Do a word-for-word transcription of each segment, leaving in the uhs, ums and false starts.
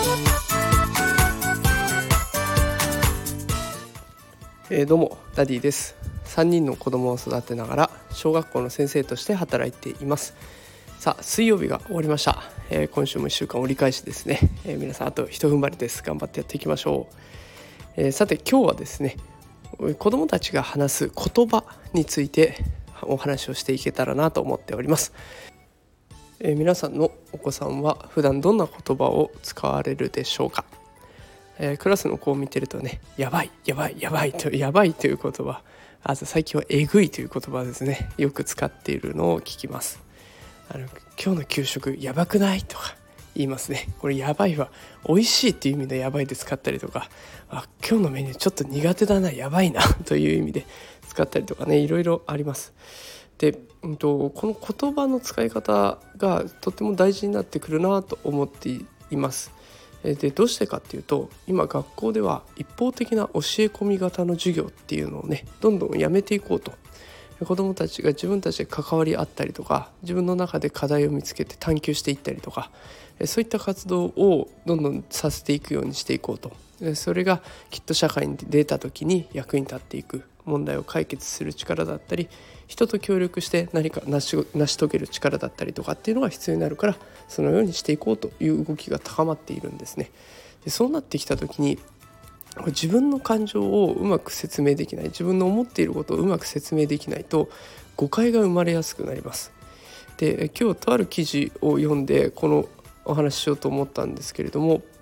えー、どうもダディです。さんにんの子供を育てながら小学校の先生として働いています。さあ、水曜日が終わりました。えー、今週もいっしゅうかん折り返しですね。えー、皆さんあと一踏ん張りです。頑張ってやっていきましょう。えー、さて今日はですね、子供たちが話す言葉についてお話をしていけたらなと思っております。えー、皆さんのお子さんは普段どんな言葉を使われるでしょうか。えー、クラスの子を見てるとね、やばいやばいやばいとやばいという言葉、あと最近はえぐいという言葉ですね、よく使っているのを聞きます。あの今日の給食やばくないとか言いますね。これやばいは美味しいっていう意味でやばいで使ったりとか、あ今日のメニューちょっと苦手だなやばいなという意味で使ったりとかね、いろいろあります。で、うんと、この言葉の使い方がとても大事になってくるなと思っています。でどうしてかっていうと、今学校では一方的な教え込み型の授業っていうのをね、どんどんやめていこうと、子どもたちが自分たちで関わり合ったりとか、自分の中で課題を見つけて探求していったりとか、そういった活動をどんどんさせていくようにしていこうと。それがきっと社会に出た時に役に立っていく、問題を解決する力だったり、人と協力して何か成し、成し遂げる力だったりとかっていうのが必要になるから、そのようにしていこうという動きが高まっているんですね。でそうなってきた時に、自分の感情をうまく説明できない、自分の思っていることをうまく説明できないと誤解が生まれやすくなります。で今日とある記事を読んでこのお話ししようと思ったんですけれども、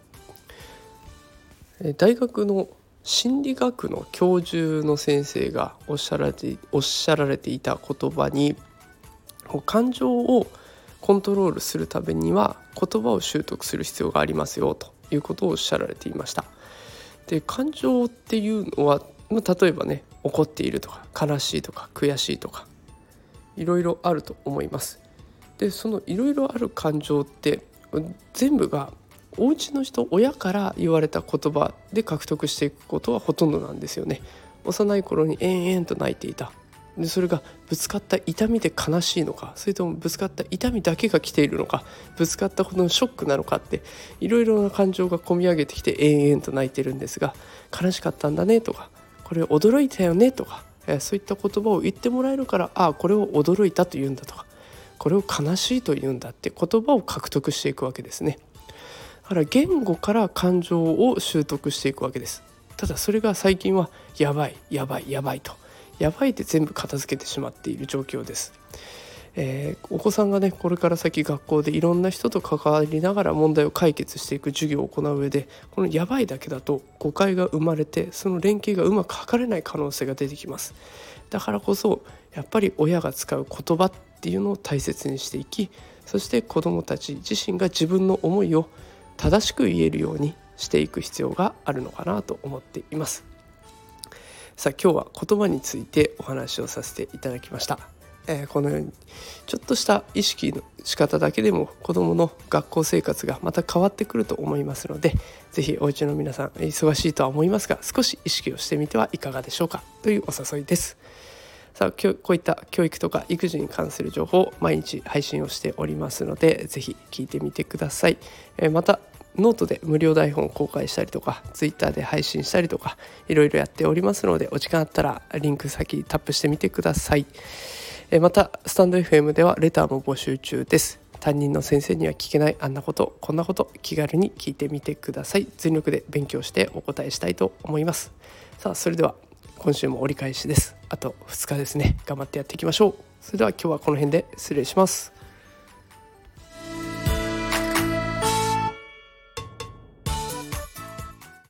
大学の心理学の教授の先生がおっしゃられて、おっしゃられていた言葉に、感情をコントロールするためには言葉を習得する必要がありますよということをおっしゃられていました。で感情っていうのは、例えばね、怒っているとか悲しいとか悔しいとかいろいろあると思います。でそのいろいろある感情って全部がお家の人、親から言われた言葉で獲得していくことはほとんどなんですよね。幼い頃に延々と泣いていた。でそれがぶつかった痛みで悲しいのか、それともぶつかった痛みだけが来ているのか、ぶつかったことのショックなのかって、いろいろな感情が込み上げてきて延々と泣いてるんですが、悲しかったんだねとか、これ驚いたよねとか、そういった言葉を言ってもらえるから、ああこれを驚いたと言うんだとか、これを悲しいと言うんだって言葉を獲得していくわけですね。だから言語から感情を習得していくわけです。ただそれが最近はやばいやばいやばいと、やばいって全部片付けてしまっている状況です。えー、お子さんがね、これから先学校でいろんな人と関わりながら問題を解決していく授業を行う上で、このやばいだけだと誤解が生まれて、その連携がうまく図れない可能性が出てきます。だからこそやっぱり親が使う言葉っていうのを大切にしていき、そして子どもたち自身が自分の思いを正しく言えるようにしていく必要があるのかなと思っています。さあ今日は言葉についてお話をさせていただきました。えー、このようにちょっとした意識の仕方だけでも子どもの学校生活がまた変わってくると思いますので、ぜひお家の皆さん忙しいとは思いますが、少し意識をしてみてはいかがでしょうかというお誘いです。さあ今日こういった教育とか育児に関する情報を毎日配信をしておりますので、ぜひ聞いてみてください。えー、またノートで無料台本を公開したりとか、ツイッターで配信したりとか、いろいろやっておりますので、お時間あったらリンク先タップしてみてください。えまたスタンド エフエム ではレターも募集中です。担任の先生には聞けないあんなこと、こんなこと、気軽に聞いてみてください。全力で勉強してお答えしたいと思います。さあそれでは今週も折り返しです。あとふつかですね。頑張ってやっていきましょう。それでは今日はこの辺で失礼します。